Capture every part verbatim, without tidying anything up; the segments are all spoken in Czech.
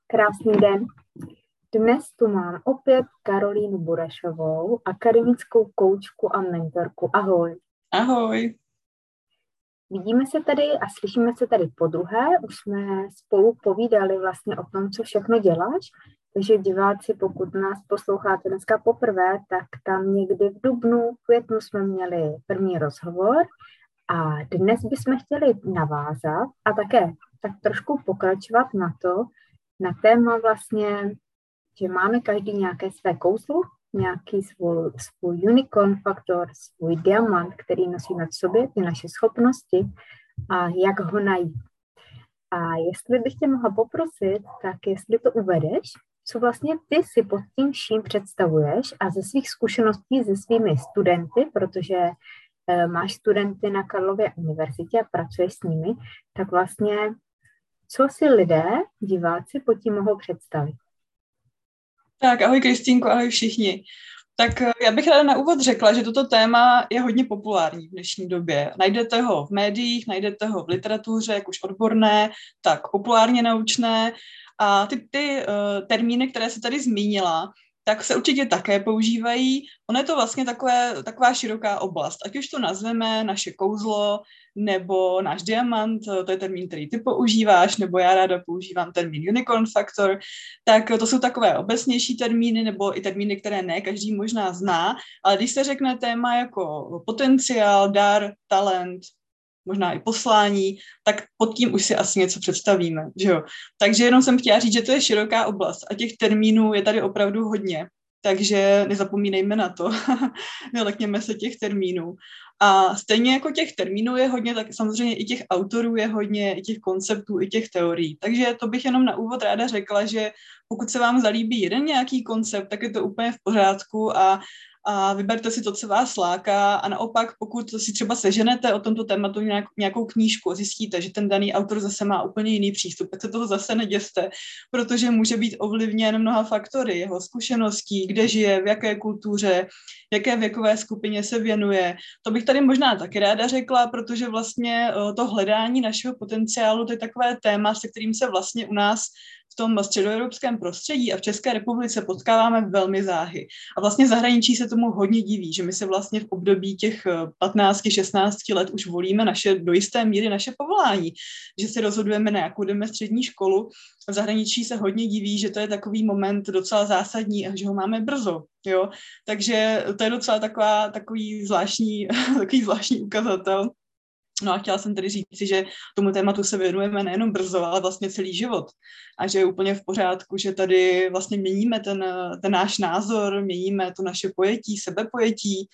Krásný den. Dnes tu mám opět Karolínu Burešovou, akademickou koučku a mentorku. Ahoj. Ahoj. Vidíme se tady a slyšíme se tady podruhé. Už jsme spolu povídali vlastně o tom, co všechno děláš. Takže diváci, pokud nás posloucháte dneska poprvé, tak tam někdy v dubnu, v květnu jsme měli první rozhovor a dnes bychom chtěli navázat a také tak trošku pokračovat na to, na téma vlastně, že máme každý nějaké své kouzlo, nějaký svůj, svůj unicorn faktor, svůj diamant, který nosíme v sobě, ty naše schopnosti a jak ho najít. A jestli bych tě mohla poprosit, tak jestli to uvedeš, co vlastně ty si pod tím vším představuješ a ze svých zkušeností se svými studenty, protože e, máš studenty na Karlově univerzitě a pracuješ s nimi, tak vlastně co si lidé, diváci pod tím mohou představit? Tak ahoj Kristýnko, ahoj všichni. Tak já bych ráda na úvod řekla, že toto téma je hodně populární v dnešní době. Najdete ho v médiích, najdete ho v literatuře, jak už odborné, tak populárně naučné. A ty, ty uh, termíny, které se tady zmínila, tak se určitě také používají. Ono je to vlastně takové, taková široká oblast. Ať už to nazveme naše kouzlo, nebo náš diamant, to je termín, který ty používáš, nebo já ráda používám termín unicorn factor, tak to jsou takové obecnější termíny, nebo i termíny, které ne každý možná zná, ale když se řekne téma jako potenciál, dar, talent, možná i poslání, tak pod tím už si asi něco představíme, že jo. Takže jenom jsem chtěla říct, že to je široká oblast a těch termínů je tady opravdu hodně, takže nezapomínejme na to, nelekněme se těch termínů. A stejně jako těch termínů je hodně, tak samozřejmě i těch autorů je hodně, i těch konceptů, i těch teorií. Takže to bych jenom na úvod ráda řekla, že pokud se vám zalíbí jeden nějaký koncept, tak je to úplně v pořádku a a vyberte si to, co vás láká a naopak, pokud si třeba seženete o tomto tématu nějakou knížku a zjistíte, že ten daný autor zase má úplně jiný přístup, tak se toho zase neděste, protože může být ovlivněn mnoha faktory, jeho zkušeností, kde žije, v jaké kultuře, v jaké věkové skupině se věnuje. To bych tady možná taky ráda řekla, protože vlastně to hledání našeho potenciálu, to je takové téma, se kterým se vlastně u nás v tom středoevropském prostředí a v České republice potkáváme velmi záhy. A vlastně zahraničí se tomu hodně diví, že my se vlastně v období těch patnáct šestnáct let už volíme naše, do jisté míry naše povolání, že si rozhodujeme, na jakou jdeme střední školu. V zahraničí se hodně diví, že to je takový moment docela zásadní a že ho máme brzo. Jo? Takže to je docela taková, takový, zvláštní, takový zvláštní ukazatel. No a chtěla jsem tedy říct, že tomu tématu se věnujeme nejenom brzo, ale vlastně celý život. A že je úplně v pořádku, že tady vlastně měníme ten, ten náš názor, měníme to naše pojetí, sebepojetí.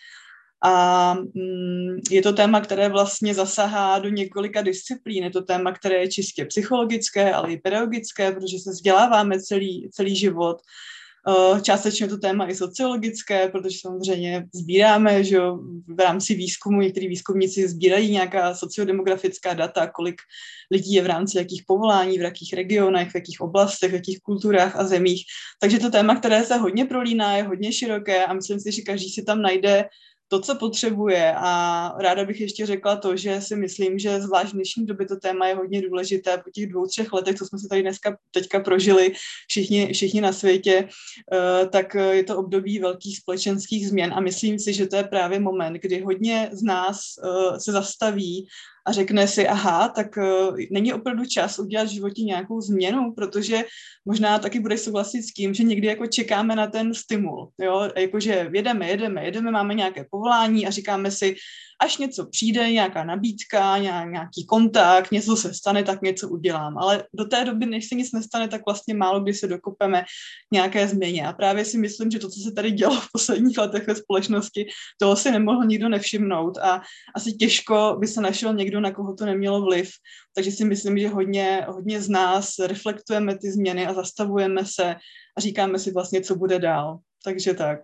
A mm, je to téma, které vlastně zasahá do několika disciplín. Je to téma, které je čistě psychologické, ale i pedagogické, protože se vzděláváme celý, celý život. Částečně to téma i sociologické, protože samozřejmě sbíráme, že v rámci výzkumu, některý výzkumníci sbírají nějaká sociodemografická data, kolik lidí je v rámci jakých povolání, v jakých regionech, v jakých oblastech, v jakých kulturách a zemích. Takže to téma, které se hodně prolíná, je hodně široké a myslím si, že každý si tam najde to, co potřebuje. A ráda bych ještě řekla to, že si myslím, že zvlášť v dnešní době to téma je hodně důležité po těch dvou, třech letech, co jsme se tady dneska teďka prožili všichni, všichni na světě, tak je to období velkých společenských změn a myslím si, že to je právě moment, kdy hodně z nás se zastaví a řekne si, aha, tak uh, není opravdu čas udělat v životě nějakou změnu, protože možná taky budeš souhlasit s tím, že někdy jako čekáme na ten stimul, jo, jakože jedeme, jedeme, jedeme, máme nějaké povolání a říkáme si, až něco přijde, nějaká nabídka, nějaký kontakt, něco se stane, tak něco udělám. Ale do té doby, než se nic nestane, tak vlastně málo kdy se dokopeme nějaké změně. A právě si myslím, že to, co se tady dělo v posledních letech ve společnosti, toho si nemohl nikdo nevšimnout a asi těžko by se našel někdo, na koho to nemělo vliv. Takže si myslím, že hodně, hodně z nás reflektujeme ty změny a zastavujeme se a říkáme si vlastně, co bude dál. Takže tak.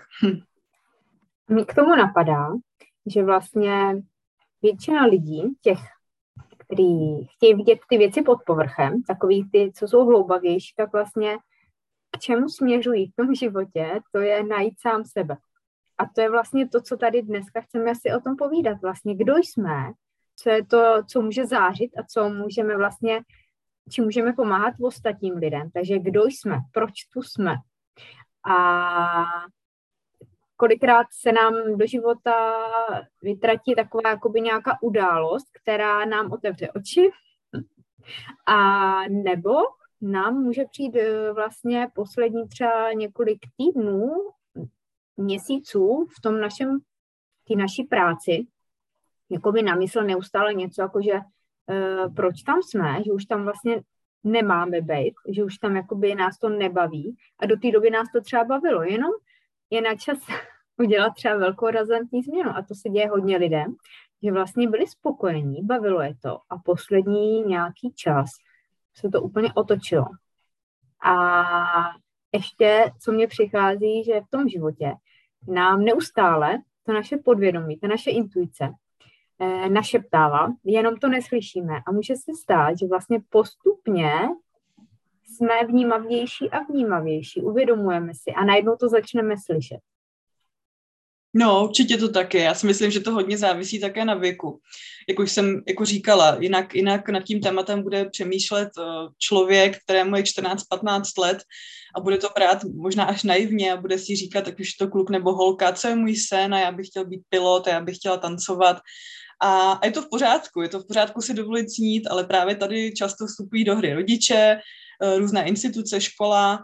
Mě k tomu napadá, že vlastně většina lidí, těch, kteří chtějí vidět ty věci pod povrchem, takový ty, co jsou hloubavější, tak vlastně k čemu směřují v tom životě, to je najít sám sebe. A to je vlastně to, co tady dneska chceme si o tom povídat. Vlastně, kdo jsme, co je to, co může zářit a co můžeme vlastně či můžeme pomáhat ostatním lidem. Takže kdo jsme, proč tu jsme. A kolikrát se nám do života vytratí taková jakoby nějaká událost, která nám otevře oči, a nebo nám může přijít vlastně poslední třeba několik týdnů, měsíců v tom našem, té naší práci, jakoby na mysl neustále něco, jakože uh, proč tam jsme, že už tam vlastně nemáme být, že už tam jakoby nás to nebaví a do té doby nás to třeba bavilo, jenom je na čas udělat třeba velkou razantní změnu a to se děje hodně lidem, že vlastně byli spokojení, bavilo je to a poslední nějaký čas se to úplně otočilo. A ještě, co mě přichází, že v tom životě nám neustále to naše podvědomí, ta naše intuice eh, našeptává, jenom to neslyšíme a může se stát, že vlastně postupně jsme vnímavější a vnímavější, uvědomujeme si a najednou to začneme slyšet. No, určitě to taky. Já si myslím, že to hodně závisí také na věku. Jak už jsem jako říkala, jinak, jinak nad tím tématem bude přemýšlet člověk, kterému je čtrnáct patnáct let a bude to brát možná až naivně a bude si říkat, tak už to kluk nebo holka, co je můj sen a já bych chtěl být pilot a já bych chtěla tancovat. A je to v pořádku, je to v pořádku si dovolit snít, ale právě tady často vstupují do hry rodiče, různé instituce, škola,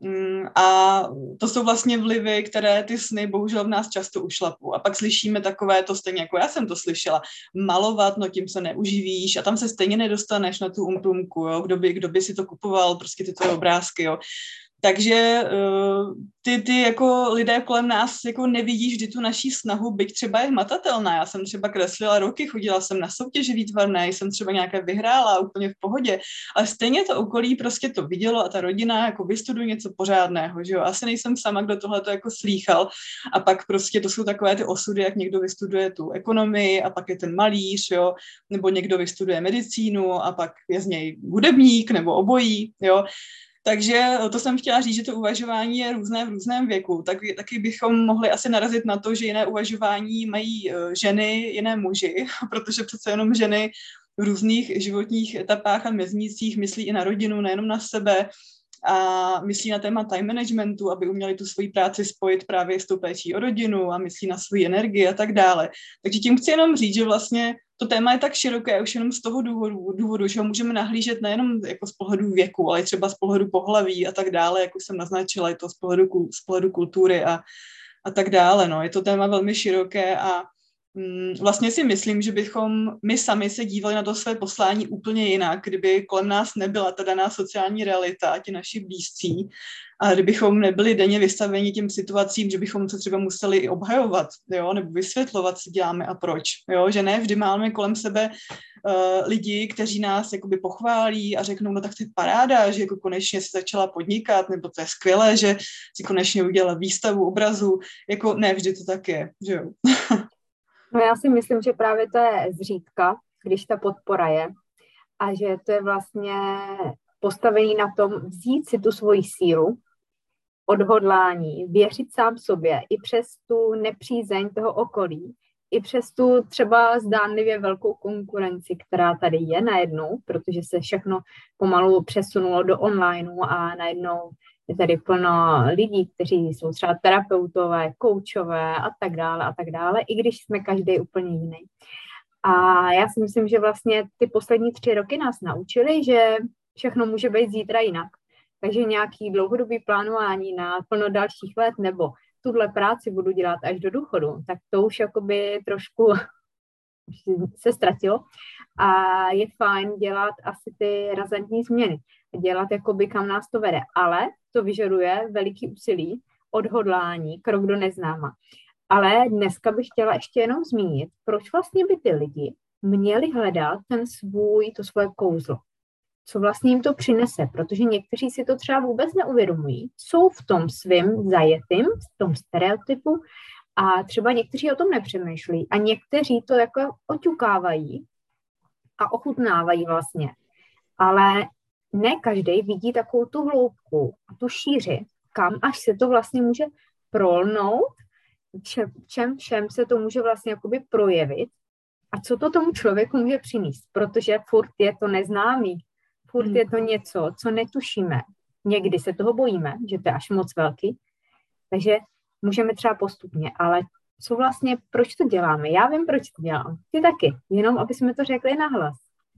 a to jsou vlastně vlivy, které ty sny bohužel v nás často ušlapou. A pak slyšíme takové to stejně, jako já jsem to slyšela, malovat, no tím se neuživíš a tam se stejně nedostaneš na tu umprumku, jo? Kdo by, kdo by si to kupoval, prostě ty tvoje obrázky, jo. Takže uh, ty, ty jako lidé kolem nás jako nevidí vždy tu naší snahu, byť třeba je hmatatelná. Já jsem třeba kreslila roky, chodila jsem na soutěže výtvarné, jsem třeba nějaké vyhrála úplně v pohodě, ale stejně to okolí prostě to vidělo a ta rodina jako vystuduj něco pořádného, že jo. Asi nejsem sama, kdo tohle to jako slýchal a pak prostě to jsou takové ty osudy, jak někdo vystuduje tu ekonomii a pak je ten malíř, jo, nebo někdo vystuduje medicínu a pak je z něj hudebník nebo obojí, jo. Takže to jsem chtěla říct, že to uvažování je různé v různém věku. Tak, taky bychom mohli asi narazit na to, že jiné uvažování mají ženy, jiné muži, protože přece jenom ženy v různých životních etapách a meznících myslí i na rodinu, nejenom na sebe a myslí na téma time managementu, aby uměli tu svoji práci spojit právě s tou péčí o rodinu a myslí na svoji energii a tak dále. Takže tím chci jenom říct, že vlastně to téma je tak široké už jenom z toho důvodu, důvodu, že ho můžeme nahlížet nejenom jako z pohledu věku, ale i třeba z pohledu pohlaví a tak dále, jak už jsem naznačila, je to z pohledu, z pohledu kultury a, a tak dále. No. Je to téma velmi široké a mm, vlastně si myslím, že bychom my sami se dívali na to své poslání úplně jinak, kdyby kolem nás nebyla ta daná sociální realita, ti naši blízcí, a kdybychom nebyli denně vystaveni těm situacím, že bychom se třeba museli i obhajovat, jo, nebo vysvětlovat, co děláme a proč, jo, že ne vždy máme kolem sebe uh, lidi, kteří nás jakoby pochválí a řeknou, no tak to je paráda, že jako konečně si začala podnikat, nebo to je skvělé, že si konečně udělala výstavu obrazu, jako ne vždy to tak je, že jo. No já si myslím, že právě to je zřídka, když ta podpora je a že to je vlastně postavený na tom vzít si tu svoji sílu, odhodlání, věřit sám sobě i přes tu nepřízeň toho okolí, i přes tu třeba zdánlivě velkou konkurenci, která tady je najednou, protože se všechno pomalu přesunulo do onlineu a najednou je tady plno lidí, kteří jsou třeba terapeutové, koučové a tak dále a tak dále, i když jsme každý úplně jiný. A já si myslím, že vlastně ty poslední tři roky nás naučili, že všechno může být zítra jinak. Takže nějaký dlouhodobý plánování na plno dalších let nebo tuhle práci budu dělat až do důchodu, tak to už jakoby trošku se ztratilo. A je fajn dělat asi ty razantní změny. Dělat jakoby kam nás to vede. Ale to vyžaduje veliký úsilí, odhodlání, krok do neznáma. Ale dneska bych chtěla ještě jenom zmínit, proč vlastně by ty lidi měli hledat ten svůj, to svoje kouzlo. Co vlastně jim to přinese, protože někteří si to třeba vůbec neuvědomují, jsou v tom svým zajetým, v tom stereotypu a třeba někteří o tom nepřemýšlí a někteří to jako oťukávají a ochutnávají vlastně. Ale ne každý vidí takovou tu hloubku a tu šíři, kam až se to vlastně může prolnout, čem všem se to může vlastně jakoby projevit a co to tomu člověku může přinést, protože furt je to neznámý. Furt Hmm. je to něco, co netušíme. Někdy se toho bojíme, že to je až moc velký, takže můžeme třeba postupně, ale co vlastně, proč to děláme? Já vím, proč to dělám. Ty taky, jenom aby jsme to řekli nahlas.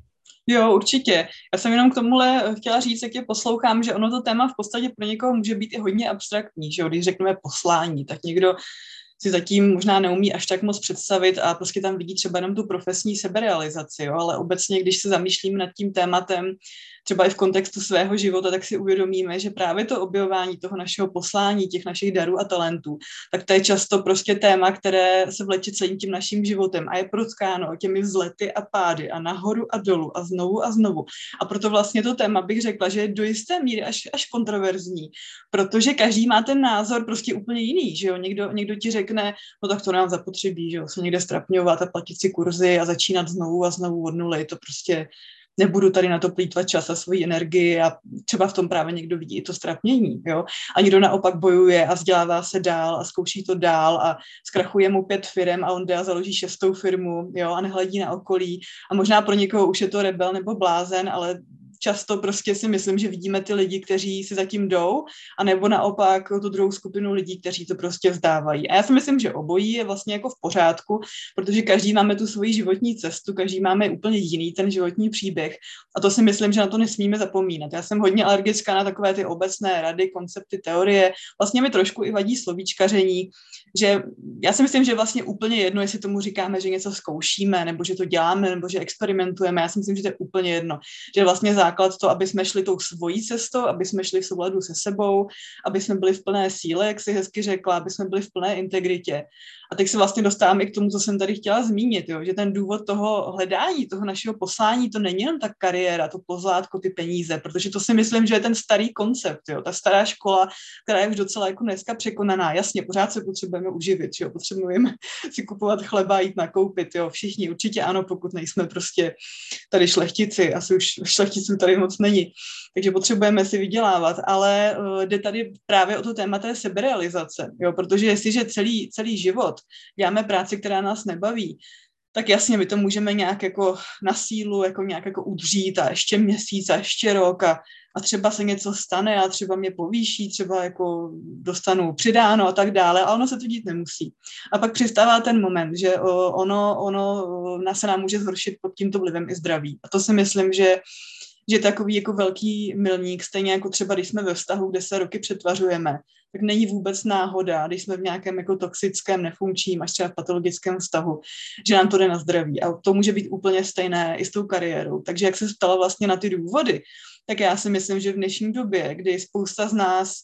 Jo, určitě. Já jsem jenom k tomuhle chtěla říct, jak tě poslouchám, že ono to téma v podstatě pro někoho může být i hodně abstraktní, že jo? Když řekneme poslání, tak někdo si zatím možná neumí až tak moc představit a prostě tam vidí třeba jenom tu profesní seberealizaci, jo? Ale obecně, když se zamýšlím nad tím tématem, třeba i v kontextu svého života, tak si uvědomíme, že právě to objevování toho našeho poslání, těch našich darů a talentů, tak to je často prostě téma, které se vleče celým tím naším životem a je protkáno těmi vzlety a pády a nahoru a dolů a znovu a znovu. A proto vlastně to téma bych řekla, že je do jisté míry až, až kontroverzní, protože každý má ten názor prostě úplně jiný, že jo? Někdo, někdo ti řekne, no tak to nám zapotřebí, že jo, se někde strapňovat a platit si kurzy a začínat znovu a znovu od nuly, to prostě nebudu tady na to plýtvat čas a svoji energii a třeba v tom právě někdo vidí i to strapnění, jo. A někdo naopak bojuje a vzdělává se dál a zkouší to dál a zkrachuje mu pět firem a on jde a založí šestou firmu, jo, a nehledí na okolí. A možná pro někoho už je to rebel nebo blázen, ale často prostě si myslím, že vidíme ty lidi, kteří si zatím jdou, anebo naopak tu druhou skupinu lidí, kteří to prostě vzdávají. A já si myslím, že obojí je vlastně jako v pořádku, protože každý máme tu svoji životní cestu, každý máme úplně jiný ten životní příběh. A to si myslím, že na to nesmíme zapomínat. Já jsem hodně alergická na takové ty obecné rady, koncepty, teorie. Vlastně mi trošku i vadí slovíčkaření, že já si myslím, že vlastně úplně jedno, jestli tomu říkáme, že něco zkoušíme, nebo že to děláme, nebo že experimentujeme. Já si myslím, že to je úplně jedno. Že vlastně základ to, aby jsme šli tou svojí cestou, aby jsme šli v souladu se sebou, aby jsme byli v plné síle, jak si hezky řekla, aby jsme byli v plné integritě. A teď se vlastně dostávám i k tomu, co jsem tady chtěla zmínit, jo, že ten důvod toho hledání, toho našeho poslání, to není jen ta kariéra, to pozlátko, ty peníze, protože to si myslím, že je ten starý koncept, jo, ta stará škola, která je už docela jako dneska překonaná. Jasně, pořád se potřebujeme uživit, jo, potřebujeme si kupovat chleba, jít nakoupit, jo, všichni určitě ano, pokud nejsme prostě tady šlechtici, asi už šlechticů tady moc není, takže potřebujeme si vydělávat, ale uh, jde tady právě o to téma té seberealizace, jo, protože jestliže celý, celý život děláme práci, která nás nebaví, tak jasně, my to můžeme nějak jako na sílu, jako nějak jako udřít a ještě měsíc a ještě rok a, a třeba se něco stane a třeba mě povýší, třeba jako dostanu přidáno a tak dále, a ono se to dít nemusí. A pak přistává ten moment, že o, ono, ono na se nám může zhoršit pod tímto vlivem i zdraví. A to si myslím, že že takový jako velký milník, stejně jako třeba, když jsme ve vztahu, kde se roky přetvařujeme, tak není vůbec náhoda, když jsme v nějakém jako toxickém, nefunkčním, až třeba v patologickém vztahu, že nám to jde na zdraví. A to může být úplně stejné i s tou kariérou. Takže jak se ptala vlastně na ty důvody, tak já si myslím, že v dnešní době, kdy spousta z nás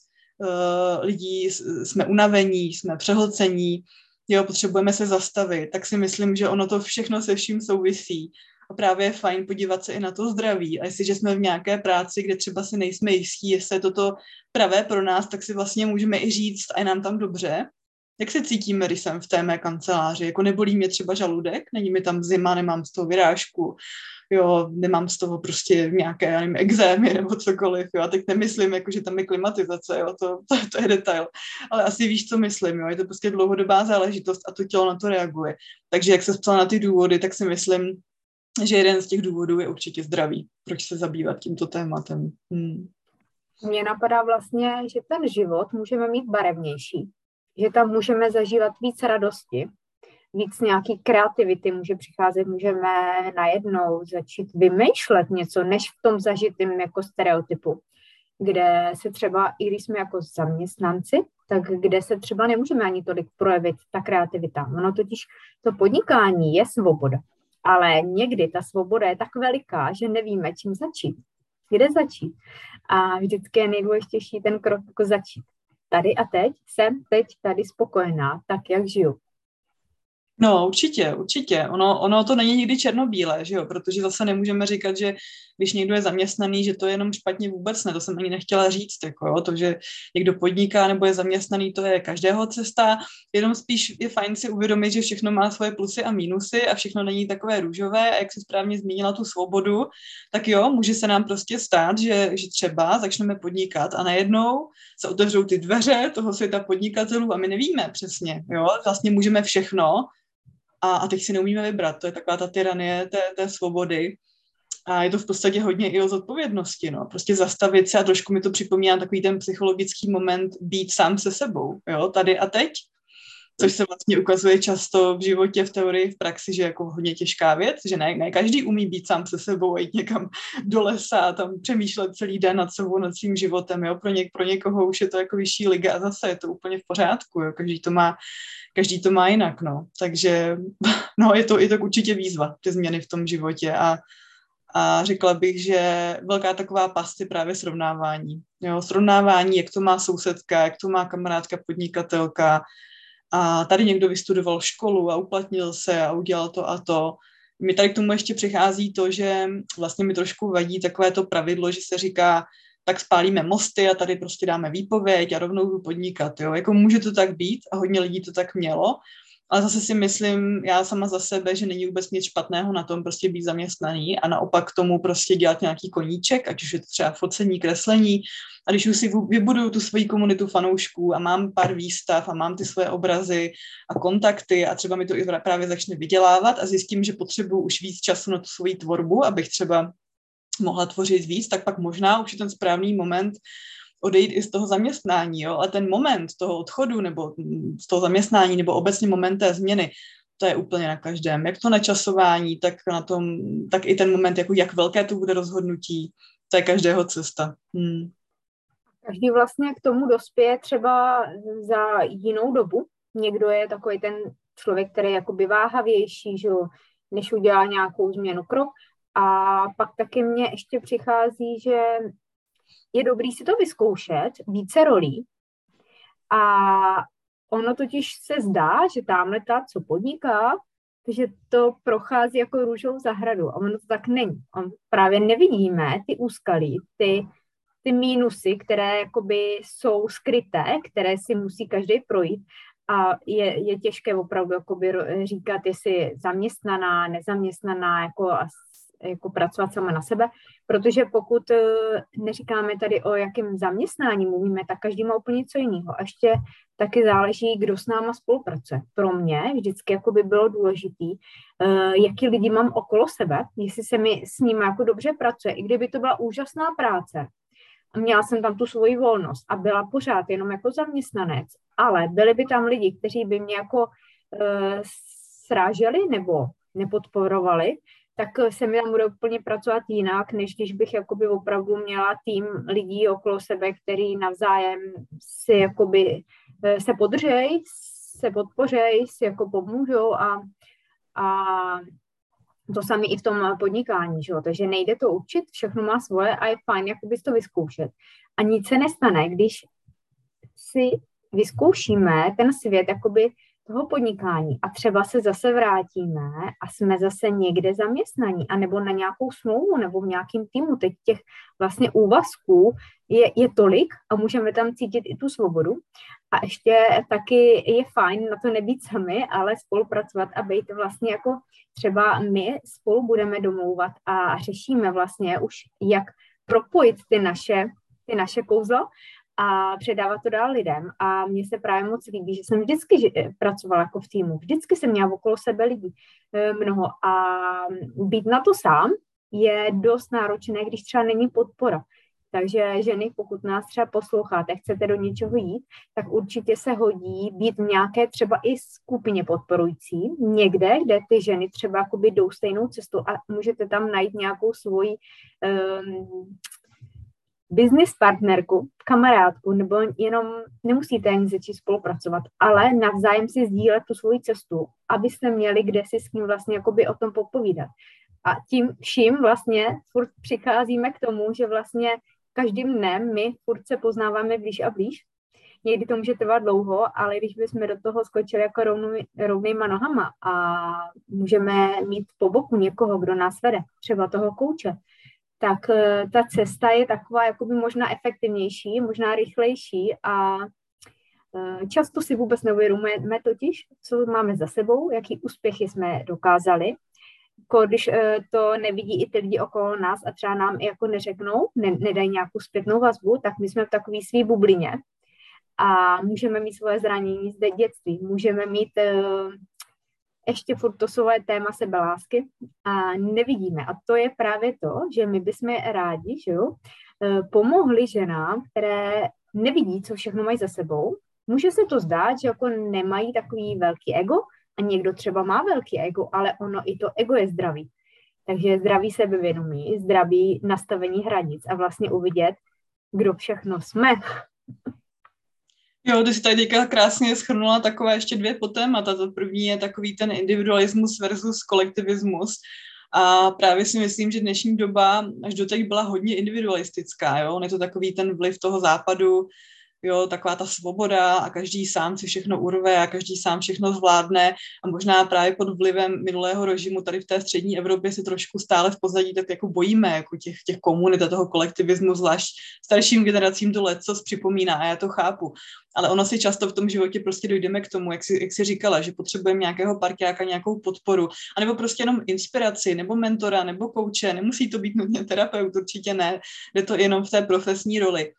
uh, lidí jsme unavení, jsme přehlcení, jo, potřebujeme se zastavit, tak si myslím, že ono to všechno se vším souvisí. A právě je fajn podívat se i na to zdraví. A jestliže jsme v nějaké práci, kde třeba si nejsme jistí, jestli je toto pravé pro nás, tak si vlastně můžeme i říct, a je nám tam dobře. Jak se cítíme, když jsem v té mé kanceláři? Jako nebolí mě třeba žaludek? Není mi tam zima, nemám z toho vyrážku, jo, nemám z toho prostě nějaké, já nevím, exémy nebo cokoliv, jo. A teď nemyslím, jako, že tam je klimatizace, jo, to, to, to je detail. Ale asi víš, co myslím, jo. Je to prostě dlouhodobá záležitost a to tělo na to reaguje. Takže jak se ptala na ty důvody, tak si myslím, že jeden z těch důvodů je určitě zdraví. Proč se zabývat tímto tématem? Hmm. Mně napadá vlastně, že ten život můžeme mít barevnější. Že tam můžeme zažívat víc radosti, víc nějaký kreativity může přicházet, můžeme najednou začít vymýšlet něco, než v tom zažitém jako stereotypu, kde se třeba, i když jsme jako zaměstnanci, tak kde se třeba nemůžeme ani tolik projevit ta kreativita. Ono totiž to podnikání je svoboda. Ale někdy ta svoboda je tak veliká, že nevíme, čím začít. Kde začít? A vždycky je nejdůležitější ten krok jako začít. Tady a teď jsem teď tady spokojená, tak jak žiju. No, určitě, určitě. Ono, ono to není nikdy černobílé, že jo? Protože zase nemůžeme říkat, že když někdo je zaměstnaný, že to je jenom špatně, vůbec ne. To jsem ani nechtěla říct, jako jo? To, že někdo podniká nebo je zaměstnaný, to je každého cesta. Jenom spíš je fajn si uvědomit, že všechno má svoje plusy a mínusy a všechno není takové růžové. A jak jsi správně zmínila tu svobodu, tak jo, může se nám prostě stát, že, že třeba začneme podnikat a najednou se otevřou ty dveře toho světa podnikatelů a my nevíme přesně, jo? Vlastně můžeme všechno. A, a teď si neumíme vybrat. To je taková ta tyranie té, té svobody. A je to v podstatě hodně i o zodpovědnosti, no. Prostě zastavit se a trošku mi to připomíná takový ten psychologický moment být sám se sebou, jo, tady a teď, což se vlastně ukazuje často v životě, v teorii, v praxi, že je jako hodně těžká věc, že ne, ne každý umí být sám se sebou a jít někam do lesa a tam přemýšlet celý den nad sebou, nad svým životem, jo, pro, něk, pro někoho už je to jako vyšší liga a zase je to úplně v pořádku, jo, každý to má, každý to má jinak, no, takže, no, je to, je to určitě výzva, ty změny v tom životě a A řekla bych, že velká taková past je právě srovnávání. Jo, srovnávání, jak to má sousedka, jak to má kamarádka podnikatelka. A tady někdo vystudoval školu a uplatnil se a udělal to a to. Mi tady k tomu ještě přichází to, že vlastně mi trošku vadí takové to pravidlo, že se říká, tak spálíme mosty a tady prostě dáme výpověď a rovnou jdu podnikat. Jo. Jako může to tak být a hodně lidí to tak mělo, ale zase si myslím, já sama za sebe, že není vůbec nic špatného na tom prostě být zaměstnaný a naopak tomu prostě dělat nějaký koníček, ať už je to třeba focení, kreslení. A když už si vybuduju tu svoji komunitu fanoušků a mám pár výstav a mám ty svoje obrazy a kontakty a třeba mi to i právě začne vydělávat a zjistím, že potřebuju už víc času na tu svoji tvorbu, abych třeba mohla tvořit víc, tak pak možná už je ten správný moment odejít i z toho zaměstnání, jo? A ten moment toho odchodu nebo z toho zaměstnání nebo obecně moment té změny, to je úplně na každém. Jak to načasování, tak na tom, tak i ten moment, jako jak velké to bude rozhodnutí, to je každého cesta. Hmm. Každý vlastně k tomu dospěje třeba za jinou dobu. Někdo je takový ten člověk, který je jakoby váhavější, že jo, než udělá nějakou změnu krok. A pak taky mně ještě přichází, že je dobrý si to vyzkoušet, více rolí. A ono totiž se zdá, že tamhle ta, co podniká, že to prochází jako růžovou zahradu. A ono to tak není. On právě nevidíme ty úskalí, ty, ty mínusy, které jakoby jsou skryté, které si musí každý projít. A je, je těžké opravdu jakoby říkat, jestli zaměstnaná, nezaměstnaná, jako jako pracovat sama na sebe, protože pokud neříkáme tady o jakém zaměstnání mluvíme, tak každý má úplně něco jiného. A ještě taky záleží, kdo s náma spolupracuje. Pro mě vždycky jako by bylo důležitý, jaký lidi mám okolo sebe, jestli se mi s nimi jako dobře pracuje, i kdyby to byla úžasná práce. Měla jsem tam tu svoji volnost a byla pořád jenom jako zaměstnanec, ale byli by tam lidi, kteří by mě jako uh, sráželi nebo nepodporovali, tak se mi tam bude úplně pracovat jinak, než když bych jakoby opravdu měla tým lidí okolo sebe, který navzájem si jakoby se podržej, se podpořej, si jako pomůžou a, a to samé i v tom podnikání, že jo? Takže nejde to učit, všechno má svoje a je fajn jakoby to vyzkoušet. A nic se nestane, když si vyzkoušíme ten svět jakoby toho podnikání a třeba se zase vrátíme a jsme zase někde zaměstnaní anebo na nějakou smlouvu nebo v nějakém týmu. Teď těch vlastně úvazků je, je tolik a můžeme tam cítit i tu svobodu. A ještě taky je fajn na to nebýt sami, ale spolupracovat a být vlastně jako třeba my spolu budeme domlouvat a řešíme vlastně už, jak propojit ty naše, ty naše kouzla a předávat to dál lidem. A mně se právě moc líbí, že jsem vždycky pracovala jako v týmu. Vždycky jsem měla okolo sebe lidí mnoho. A být na to sám je dost náročné, když třeba není podpora. Takže ženy, pokud nás třeba posloucháte, chcete do něčeho jít, tak určitě se hodí být v nějaké třeba i skupině podporující. Někde, kde ty ženy třeba jakoby jdou stejnou cestou a můžete tam najít nějakou svoji um, business partnerku, kamarádku, nebo jenom nemusíte ani začít spolupracovat, ale navzájem si sdílet tu svoji cestu, abyste měli kde si s kým vlastně jakoby o tom popovídat. A tím vším vlastně furt přicházíme k tomu, že vlastně každým dnem my furt se poznáváme blíž a blíž. Někdy to může trvat dlouho, ale když bychom do toho skočili jako rovnou, rovnýma nohama a můžeme mít po boku někoho, kdo nás vede, třeba toho kouče, tak ta cesta je taková jakoby možná efektivnější, možná rychlejší a často si vůbec neuvědomujeme totiž, co máme za sebou, jaký úspěchy jsme dokázali. Když to nevidí i ty lidi okolo nás a třeba nám jako neřeknou, ne, nedají nějakou zpětnou vazbu, tak my jsme v takové svý bublině a můžeme mít svoje zranění z dětství, můžeme mít ještě furt to svoje téma sebelásky a nevidíme. A to je právě to, že my bychom rádi, že jo, pomohli ženám, které nevidí, co všechno mají za sebou. Může se to zdát, že jako nemají takový velký ego a někdo třeba má velký ego, ale ono i to ego je zdravý. Takže zdravý sebevědomí, zdravý nastavení hranic a vlastně uvidět, kdo všechno jsme. Jo, ty jsi tady teďka krásně shrnula takové ještě dvě podtémata. To první je takový ten individualismus versus kolektivismus. A právě si myslím, že dnešní doba až doteď byla hodně individualistická. Jo? Je to takový ten vliv toho západu, jo, taková ta svoboda a každý sám si všechno urve a každý sám všechno zvládne a možná právě pod vlivem minulého režimu tady v té střední Evropě se trošku stále v pozadí tak jako bojíme jako těch, těch komunit a toho kolektivismu, zvlášť starším generacím to lecos připomíná a já to chápu. Ale ono si často v tom životě prostě dojdeme k tomu, jak jsi, jak jsi říkala, že potřebujeme nějakého parťáka, nějakou podporu, anebo prostě jenom inspiraci, nebo mentora, nebo kouče, nemusí to být nutně terapeut, určitě ne, jde to jenom v té profesní roli.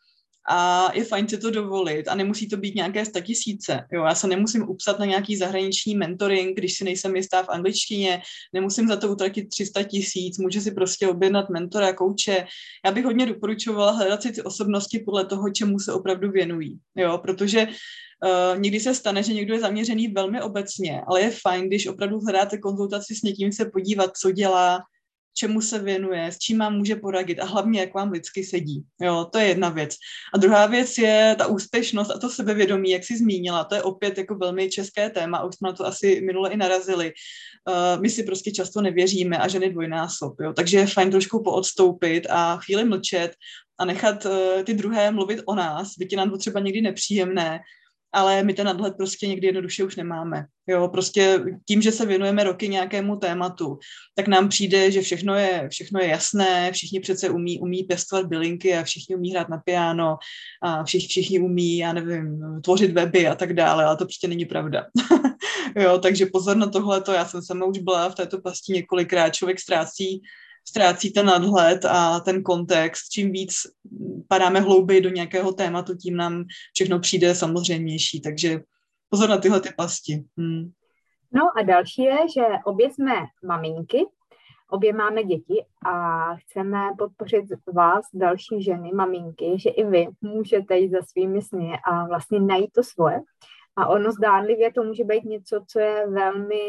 A je fajn si to dovolit a nemusí to být nějaké statisíce. Jo, já se nemusím upsat na nějaký zahraniční mentoring, když si nejsem jistá v angličtině, nemusím za to utratit tři sta tisíc, můžu si prostě objednat mentora, kouče. Já bych hodně doporučovala hledat si ty osobnosti podle toho, čemu se opravdu věnují. Jo, protože uh, někdy se stane, že někdo je zaměřený velmi obecně, ale je fajn, když opravdu hledáte konzultaci s někým, se podívat, co dělá, čemu se věnuje, s čím vám může poradit a hlavně, jak vám lidsky sedí. Jo, to je jedna věc. A druhá věc je ta úspěšnost a to sebevědomí, jak jsi zmínila. To je opět jako velmi české téma, už jsme na to asi minule i narazili. Uh, my si prostě často nevěříme a ženy dvojnásob. Jo? Takže je fajn trošku poodstoupit a chvíli mlčet a nechat uh, ty druhé mluvit o nás, byť je nám to třeba někdy nepříjemné, ale my ten nadhled prostě někdy jednoduše už nemáme. Jo, prostě tím, že se věnujeme roky nějakému tématu, tak nám přijde, že všechno je, všechno je jasné, všichni přece umí, umí pěstovat bylinky a všichni umí hrát na piano a všichni, všichni umí, já nevím, tvořit weby a tak dále, ale to prostě není pravda. Jo, takže pozor na tohleto, já jsem sama už byla v této pasti několikrát, člověk ztrácí ztrácí ten nadhled a ten kontext. Čím víc padáme hlouběji do nějakého tématu, tím nám všechno přijde samozřejmější. Takže pozor na tyhle ty pasti. Hmm. No a další je, že obě jsme maminky, obě máme děti a chceme podpořit vás, další ženy, maminky, že i vy můžete jít za svými sny a vlastně najít to svoje. A ono zdánlivě to může být něco, co je velmi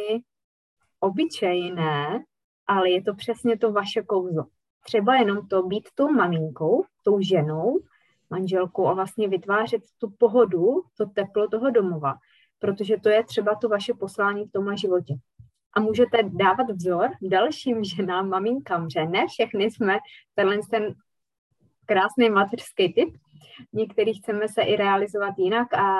obyčejné, ale je to přesně to vaše kouzlo. Třeba jenom to být tou maminkou, tou ženou, manželkou a vlastně vytvářet tu pohodu, to teplo toho domova, protože to je třeba to vaše poslání v tomhle životě. A můžete dávat vzor dalším ženám, maminkám, že ne všechny jsme tenhle ten krásný mateřský typ, některý chceme se i realizovat jinak a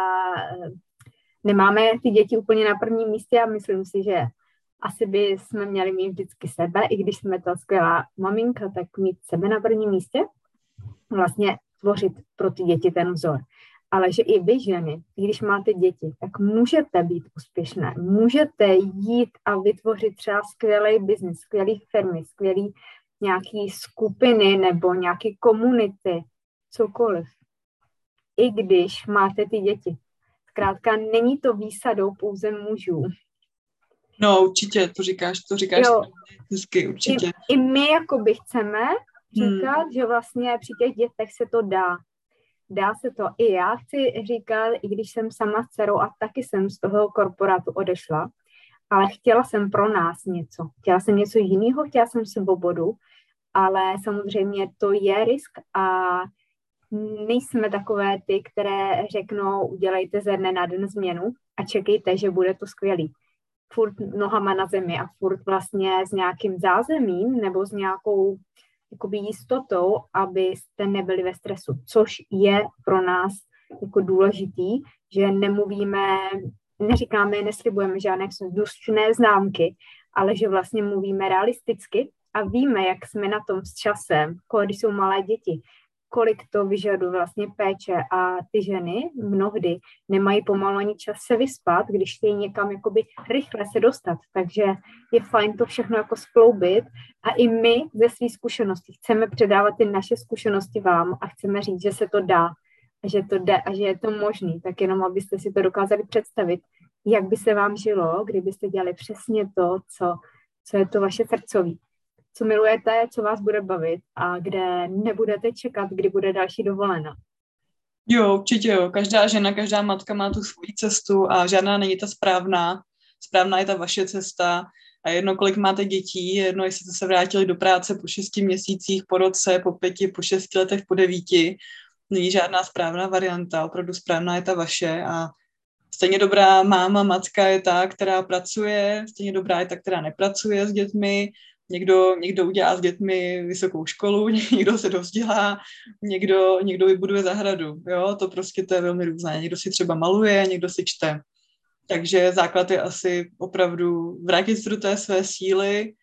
nemáme ty děti úplně na prvním místě a myslím si, že asi by jsme měli mít vždycky sebe, i když jsme ta skvělá maminka, tak mít sebe na prvním místě, vlastně tvořit pro ty děti ten vzor. Ale že i vy ženy, když máte děti, tak můžete být úspěšné, můžete jít a vytvořit třeba skvělý biznis, skvělý firmy, skvělý nějaký skupiny nebo nějaké komunity, cokoliv. I když máte ty děti. Zkrátka není to výsadou pouze mužů. No, určitě, to říkáš, to říkáš jo, hezky, určitě. I, I my jakoby chceme říkat, hmm. že vlastně při těch dětech se to dá. Dá se to. I já chci říkat, i když jsem sama s dcerou a taky jsem z toho korporátu odešla, ale chtěla jsem pro nás něco. Chtěla jsem něco jiného, chtěla jsem svobodu, ale samozřejmě to je risk a nejsme takové ty, které řeknou, udělejte ze dne na den změnu a čekejte, že bude to skvělý. Furt nohama na zemi a furt vlastně s nějakým zázemím nebo s nějakou jakoby jistotou, abyste nebyli ve stresu, což je pro nás jako důležitý, že nemluvíme, neříkáme, neslibujeme žádné vzdušné známky, ale že vlastně mluvíme realisticky a víme, jak jsme na tom s časem, když jsou malé děti, kolik to vyžaduje vlastně péče a ty ženy mnohdy nemají pomalu ani čas se vyspat, když chtějí někam jakoby rychle se dostat. Takže je fajn to všechno jako skloubit a i my ze své zkušenosti chceme předávat ty naše zkušenosti vám a chceme říct, že se to dá a že to jde a že je to možný. Tak jenom, abyste si to dokázali představit, jak by se vám žilo, kdybyste dělali přesně to, co, co je to vaše srdcový, co milujete, co vás bude bavit a kde nebudete čekat, kdy bude další dovolená. Jo, určitě jo. Každá žena, každá matka má tu svoji cestu a žádná není ta správná. Správná je ta vaše cesta a jedno, kolik máte dětí, jedno, jestli jste se vrátili do práce po šesti měsících, po roce, po pěti, po šesti letech, po devíti. Není žádná správná varianta, opravdu správná je ta vaše a stejně dobrá máma, matka je ta, která pracuje, stejně dobrá je ta, která nepracuje s dětmi. Někdo, někdo udělá s dětmi vysokou školu, někdo se dovzdělá, někdo, někdo vybuduje zahradu. Jo? To prostě to je velmi různé. Někdo si třeba maluje, někdo si čte. Takže základ je asi opravdu vrátit se do té své síly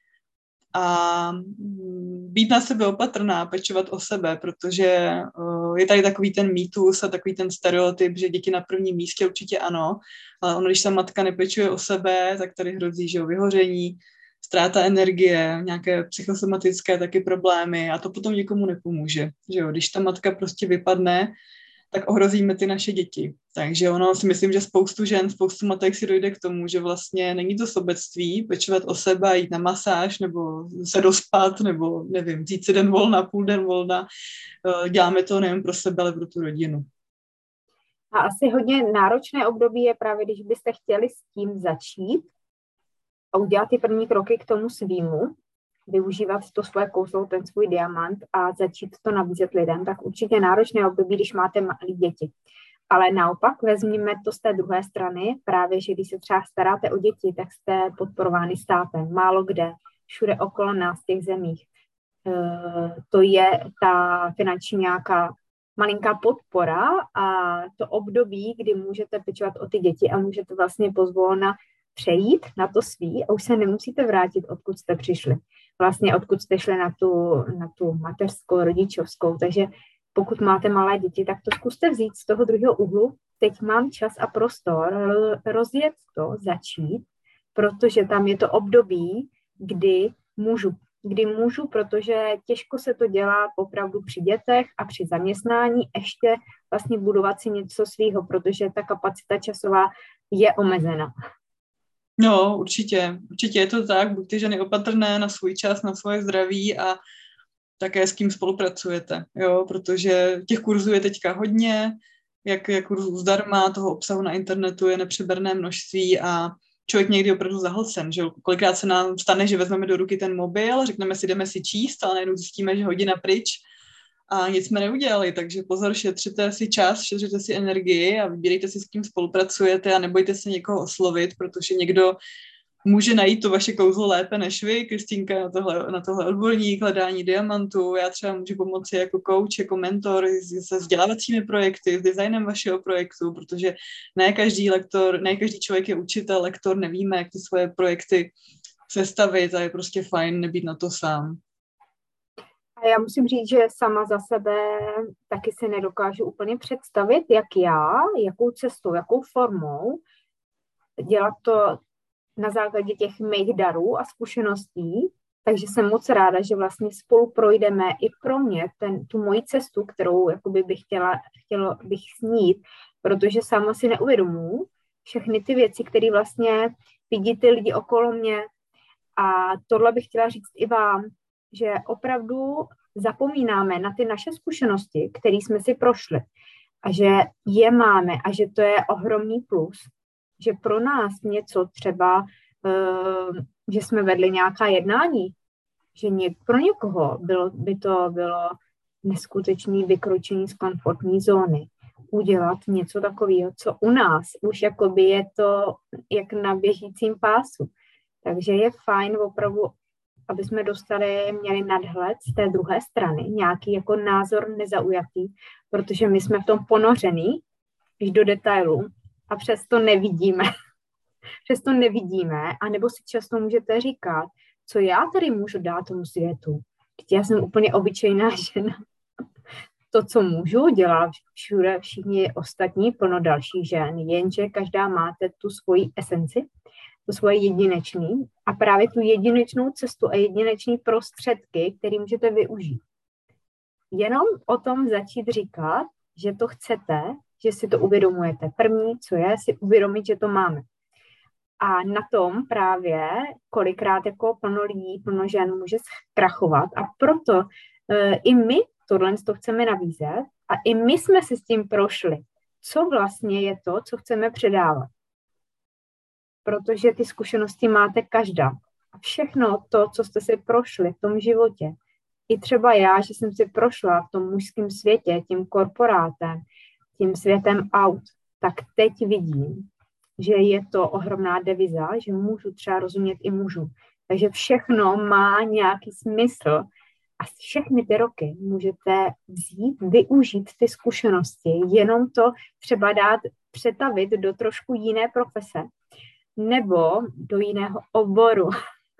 a být na sebe opatrná, pečovat o sebe, protože je tady takový ten mýtus a takový ten stereotyp, že děti na prvním místě určitě ano, ale ono, když ta matka nepečuje o sebe, tak tady hrozí, že o vyhoření, ztráta energie, nějaké psychosomatické taky problémy a to potom nikomu nepomůže. Že jo? Když ta matka prostě vypadne, tak ohrozíme ty naše děti. Takže ono si myslím, že spoustu žen, spoustu matek si dojde k tomu, že vlastně není to sobectví, pečovat o sebe, jít na masáž, nebo se dospat, nebo nevím, vzít si den volna, půl den volna. Děláme to nejen pro sebe, ale pro tu rodinu. A asi hodně náročné období je právě, když byste chtěli s tím začít a udělat ty první kroky k tomu svýmu, využívat to svoje kouzlo, ten svůj diamant a začít to nabízet lidem, tak určitě náročné období, když máte malé děti. Ale naopak vezměme to z té druhé strany, právě, že když se třeba staráte o děti, tak jste podporovány státem, málo kde, všude okolo nás v těch zemích. E, to je ta finanční nějaká malinká podpora a to období, kdy můžete pečovat o ty děti a můžete vlastně pozvolna přejít na to svý a už se nemusíte vrátit, odkud jste přišli. Vlastně odkud jste šli na tu, na tu mateřskou, rodičovskou. Takže pokud máte malé děti, tak to zkuste vzít z toho druhého úhlu. Teď mám čas a prostor rozjet to, začít, protože tam je to období, kdy můžu. Kdy můžu, protože těžko se to dělá opravdu při dětech a při zaměstnání ještě vlastně budovat si něco svýho, protože ta kapacita časová je omezena. No, určitě. Určitě je to tak. Buďte ženy opatrné na svůj čas, na svoje zdraví a také s kým spolupracujete, jo, protože těch kurzů je teďka hodně, jak, jak kurzů zdarma, toho obsahu na internetu je nepřeberné množství a člověk někdy opravdu zahlcen, že jo. Kolikrát se nám stane, že vezmeme do ruky ten mobil, řekneme si, jdeme si číst, ale najednou zjistíme, že hodina pryč a nic jsme neudělali, takže pozor, šetřete si čas, šetřete si energii a vybírejte si, s kým spolupracujete a nebojte se někoho oslovit, protože někdo může najít to vaše kouzlo lépe než vy. Kristýnka na tohle, na tohle odborník, hledání diamantů, já třeba můžu pomoci jako coach, jako mentor se vzdělávacími projekty, s designem vašeho projektu, protože ne každý lektor, ne každý člověk je učitel, lektor, nevíme, jak ty svoje projekty sestavit a je prostě fajn nebýt na to sám. A já musím říct, že sama za sebe taky si nedokážu úplně představit, jak já, jakou cestou, jakou formou dělat to na základě těch mých darů a zkušeností, takže jsem moc ráda, že vlastně spolu projdeme i pro mě ten, tu moji cestu, kterou jakoby bych chtěla, chtěla bych snít, protože sama si neuvědomuji všechny ty věci, které vlastně vidí ty lidi okolo mě a tohle bych chtěla říct i vám, že opravdu zapomínáme na ty naše zkušenosti, které jsme si prošli a že je máme a že to je ohromný plus, že pro nás něco třeba, uh, že jsme vedli nějaká jednání, že ně, pro někoho bylo, by to bylo neskutečné vykročení z komfortní zóny, udělat něco takového, co u nás už jakoby je to jak na běžícím pásu. Takže je fajn opravdu, aby jsme dostali, měli nadhled z té druhé strany, nějaký jako názor nezaujatý, protože my jsme v tom ponořený, až do detailu, a přesto nevidíme. přesto nevidíme, anebo si často můžete říkat, co já tady můžu dát tomu světu. Já jsem úplně obyčejná žena. To, co můžu, dělá všude všichni ostatní, plno dalších žen, jenže každá máte tu svoji esenci, to svoje jedinečný a právě tu jedinečnou cestu a jedinečný prostředky, který můžete využít. Jenom o tom začít říkat, že to chcete, že si to uvědomujete. První, co je, si uvědomit, že to máme. A na tom právě kolikrát jako plno lidí, plno žen může zkrachovat a proto e, i my tohle to chceme nabízet a i my jsme si s tím prošli. Co vlastně je to, co chceme předávat? Protože ty zkušenosti máte každá. A všechno to, co jste si prošli v tom životě, i třeba já, že jsem si prošla v tom mužském světě, tím korporátem, tím světem aut, tak teď vidím, že je to ohromná deviza, že můžu třeba rozumět i mužů. Takže všechno má nějaký smysl a všechny ty roky můžete vzít, využít ty zkušenosti, jenom to třeba dát, přetavit do trošku jiné profese nebo do jiného oboru.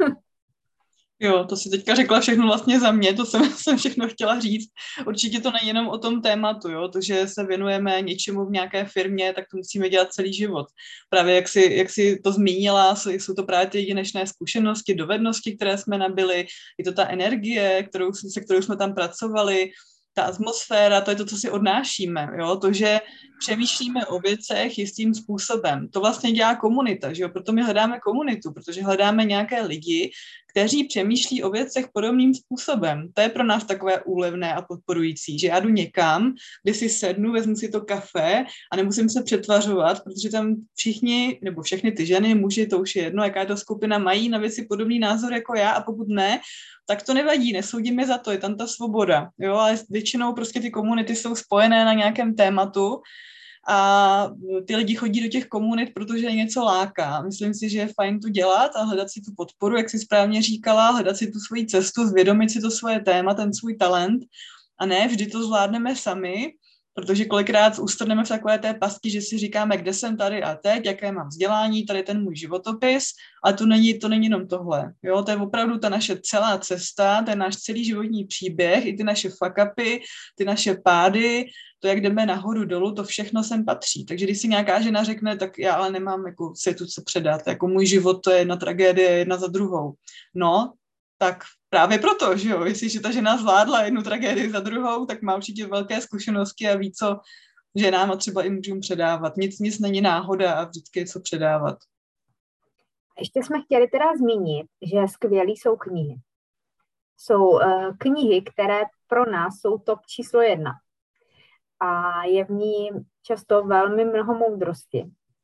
Jo, to si teďka řekla všechno vlastně za mě, to jsem, jsem všechno chtěla říct. Určitě to není jenom o tom tématu, jo, to, že se věnujeme něčemu v nějaké firmě, tak to musíme dělat celý život. Právě jak si, jak si to zmínila, jsou to právě ty jedinečné zkušenosti, dovednosti, které jsme nabili, je to ta energie, kterou, se kterou jsme tam pracovali, ta atmosféra, to je to, co si odnášíme, jo, to, že přemýšlíme o věcech jistým způsobem. To vlastně dělá komunita, že jo, proto my hledáme komunitu, protože hledáme nějaké lidi, kteří přemýšlí o věcech podobným způsobem. To je pro nás takové úlevné a podporující, že já jdu někam, kde si sednu, vezmu si to kafe a nemusím se přetvařovat, protože tam všichni, nebo všechny ty ženy, muži, to už je jedno, jaká je to skupina, mají na věci podobný názor jako já a pokud ne, tak to nevadí, nesoudíme za to, je tam ta svoboda, jo, ale většinou prostě ty komunity jsou spojené na nějakém tématu a ty lidi chodí do těch komunit, protože je něco láká. Myslím si, že je fajn to dělat a hledat si tu podporu, jak jsi správně říkala, hledat si tu svoji cestu, zvědomit si to svoje téma, ten svůj talent a ne vždy to zvládneme sami, protože kolikrát ustrneme v takové té pasti, že si říkáme, kde jsem tady a teď, jaké mám vzdělání, tady ten můj životopis, ale to není, to není jenom tohle. Jo? To je opravdu ta naše celá cesta, ten náš celý životní příběh, i ty naše fuck upy, ty naše pády, to, jak jdeme nahoru dolů, to všechno sem patří. Takže když si nějaká žena řekne, tak já ale nemám jako světu co předat, jako můj život to je jedna tragédie, jedna za druhou. No, tak právě proto, že jo, jestliže ta žena zvládla jednu tragédii za druhou, tak má určitě velké zkušenosti a ví, co ženám a třeba i mužům předávat. Nic, nic není náhoda a vždycky je co předávat. Ještě jsme chtěli teda zmínit, že skvělý jsou knihy. Jsou uh, knihy, které pro nás jsou top číslo jedna. A je v ní často velmi mnoho moudrosti.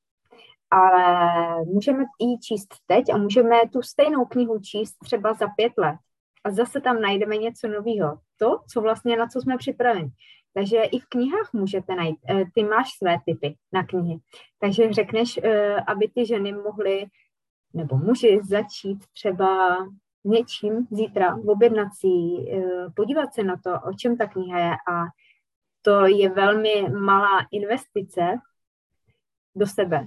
Ale můžeme ji číst teď a můžeme tu stejnou knihu číst třeba za pět let. A zase tam najdeme něco nového. To, co vlastně, na co jsme připraveni. Takže i v knihách můžete najít. Ty máš své tipy na knihy. Takže řekneš, aby ty ženy mohly, nebo muži začít třeba něčím zítra objednat si, podívat se na to, o čem ta kniha je. A to je velmi malá investice do sebe.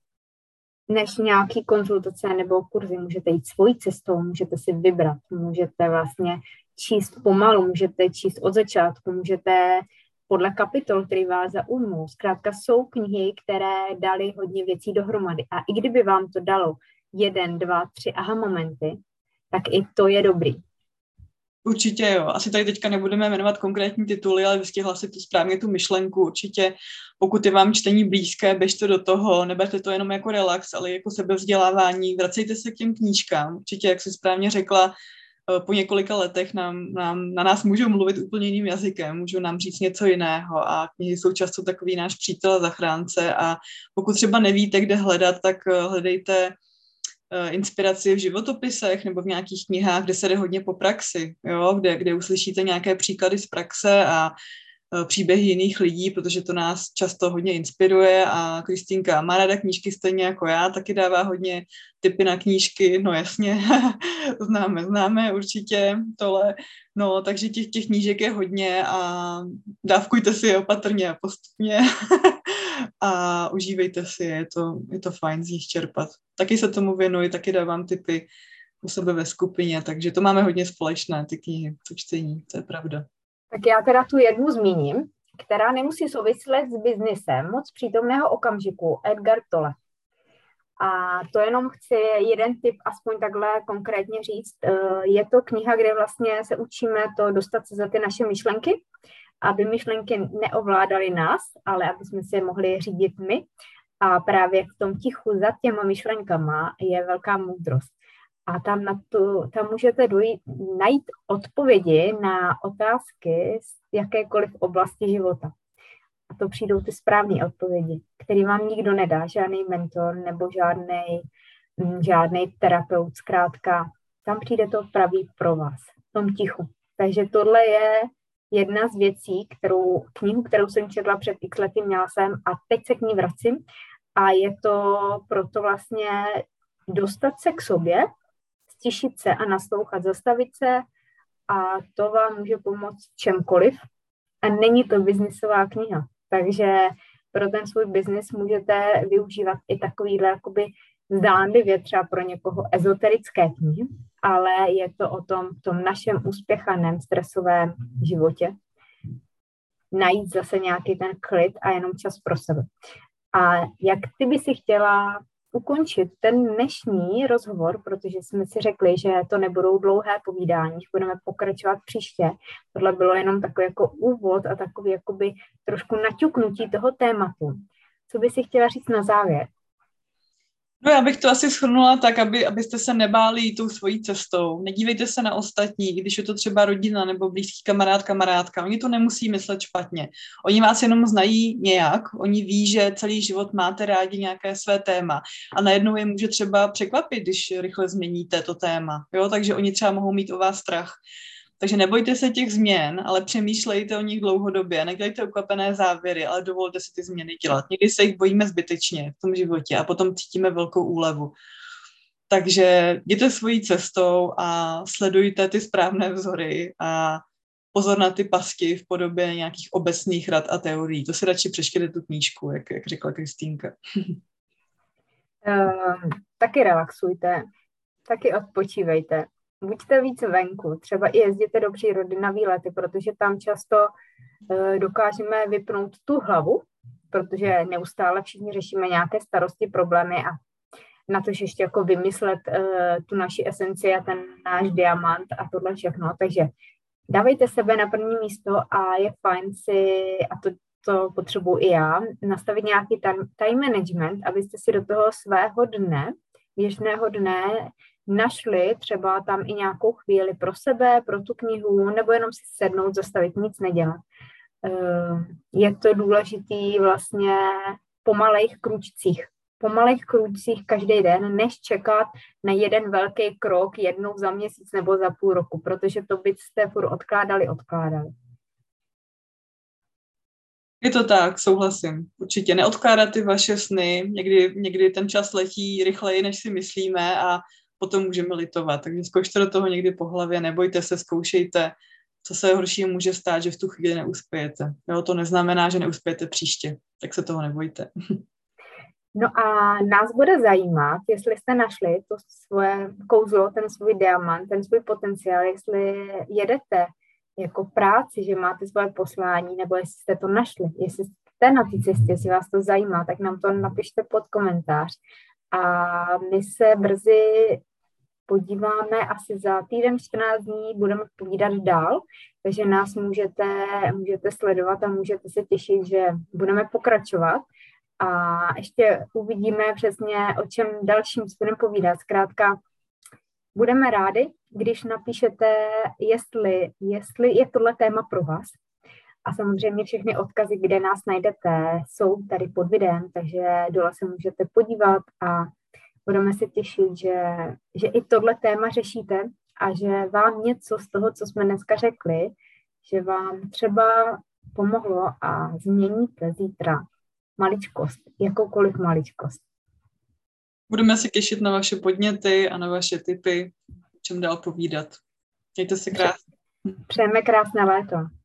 Než nějaký konzultace nebo kurzy. Můžete jít svojí cestou, můžete si vybrat, můžete vlastně číst pomalu, můžete číst od začátku, můžete podle kapitol, který vás zaujmou. Zkrátka jsou knihy, které dali hodně věcí dohromady. A i kdyby vám to dalo jeden, dva, tři aha momenty, tak i to je dobrý. Určitě jo. Asi tady teďka nebudeme jmenovat konkrétní tituly, ale vystihla si tu správně tu myšlenku. Určitě, pokud je vám čtení blízké, běžte do toho, neberte to jenom jako relax, ale jako sebevzdělávání. Vracejte se k těm knížkám. Určitě, jak jsi správně řekla, po několika letech nám, nám, na nás můžou mluvit úplně jiným jazykem, můžou nám říct něco jiného a knihy jsou často takový náš přítel a zachránce a pokud třeba nevíte, kde hledat, tak hledejte inspiraci v životopisech nebo v nějakých knihách, kde se jde hodně po praxi, jo? Kde, kde uslyšíte nějaké příklady z praxe a příběhy jiných lidí, protože to nás často hodně inspiruje a Kristýnka má ráda knížky stejně jako já, taky dává hodně tipy na knížky, no jasně, známe, známe určitě tohle, no takže těch, těch knížek je hodně a dávkujte si je opatrně a postupně a užívejte si je, je to, je to fajn z nich čerpat. Taky se tomu věnuji, taky dávám tipy u sebe ve skupině, takže to máme hodně společné, ty knihy, to čtení, to je pravda. Tak já teda tu jednu zmíním, která nemusí souviset s biznisem moc přítomného okamžiku, Edgar Tolle. A to jenom chci jeden tip aspoň takhle konkrétně říct. Je to kniha, kde vlastně se učíme to dostat se za ty naše myšlenky, aby myšlenky neovládaly nás, ale aby jsme si je mohli řídit my. A právě v tom tichu za těma myšlenkama je velká moudrost. A tam, na tu, tam můžete dojít, najít odpovědi na otázky z jakékoliv oblasti života. A to přijdou ty správné odpovědi, které vám nikdo nedá, žádný mentor nebo žádný žádný terapeut, zkrátka. Tam přijde to pravý pro vás, v tom tichu. Takže tohle je jedna z věcí, kterou, knihu, kterou jsem četla před x lety, měla jsem a teď se k ní vracím. A je to proto vlastně dostat se k sobě, stišit se a naslouchat, zastavit se a to vám může pomoct čemkoliv. A není to biznisová kniha, takže pro ten svůj biznis můžete využívat i takovýhle jakoby zdánlivě třeba pro někoho ezoterické knihy, ale je to o tom, v tom našem uspěchaném stresovém životě najít zase nějaký ten klid a jenom čas pro sebe. A jak ty by si chtěla ukončit ten dnešní rozhovor, protože jsme si řekli, že to nebudou dlouhé povídání, že budeme pokračovat příště. Tohle bylo jenom takový jako úvod a takový jakoby trošku naťuknutí toho tématu. Co by si chtěla říct na závěr? No já bych to asi shrnula tak, aby, abyste se nebáli jít tou svojí cestou. Nedívejte se na ostatní, když je to třeba rodina nebo blízký kamarád, kamarádka. Oni to nemusí myslet špatně. Oni vás jenom znají nějak, oni ví, že celý život máte rádi nějaké své téma a najednou je může třeba překvapit, když rychle změníte to téma. Jo? Takže oni třeba mohou mít o vás strach. Takže nebojte se těch změn, ale přemýšlejte o nich dlouhodobě. Nedělejte ukvapené závěry, ale dovolte si ty změny dělat. Někdy se jich bojíme zbytečně v tom životě a potom cítíme velkou úlevu. Takže jděte svojí cestou a sledujte ty správné vzory a pozor na ty pasky v podobě nějakých obecných rad a teorií. To si radši přečtěte tu knížku, jak, jak řekla Kristýnka. Um, taky relaxujte, taky odpočívejte. Buďte víc venku, třeba i jezděte do přírody na výlety, protože tam často uh, dokážeme vypnout tu hlavu, protože neustále všichni řešíme nějaké starosti, problémy a na to ještě jako vymyslet uh, tu naši esenci a ten náš diamant a tohle všechno. Takže dávejte sebe na první místo a je fajn si, a to, to potřebuji i já, nastavit nějaký time, time management, abyste si do toho svého dne, běžného dne, našli třeba tam i nějakou chvíli pro sebe, pro tu knihu, nebo jenom si sednout, zastavit, nic nedělat. Je to důležitý vlastně po malých kručcích. Po malých kručcích každý den, než čekat na jeden velký krok jednou za měsíc nebo za půl roku, protože to byste furt odkládali, odkládali. Je to tak, souhlasím. Určitě neodkládat ty vaše sny, někdy, někdy ten čas letí rychleji, než si myslíme a potom můžeme litovat. Takže zkoušte do toho někdy po hlavě, nebojte se, zkoušejte. Co se horšího může stát, že v tu chvíli neuspějete. Jo, to neznamená, že neuspějete příště, tak se toho nebojte. No a nás bude zajímat, jestli jste našli to svoje kouzlo, ten svůj diamant, ten svůj potenciál, jestli jedete jako práci, že máte svoje poslání, nebo jestli jste to našli, jestli jste na té cestě, jestli vás to zajímá, tak nám to napište pod komentář. A my se brzy podíváme, asi za týden, čtrnáct dní budeme povídat dál, takže nás můžete, můžete sledovat a můžete se těšit, že budeme pokračovat. A ještě uvidíme přesně, o čem dalším budeme povídat. Zkrátka, budeme rádi, když napíšete, jestli, jestli je tohle téma pro vás. A samozřejmě všechny odkazy, kde nás najdete, jsou tady pod videem, takže dole se můžete podívat a budeme se těšit, že, že i tohle téma řešíte a že vám něco z toho, co jsme dneska řekli, že vám třeba pomohlo a změníte zítra maličkost, jakoukoliv maličkost. Budeme se těšit na vaše podněty a na vaše tipy, o čem dál povídat. Mějte se krásně. Přejeme krásné léto.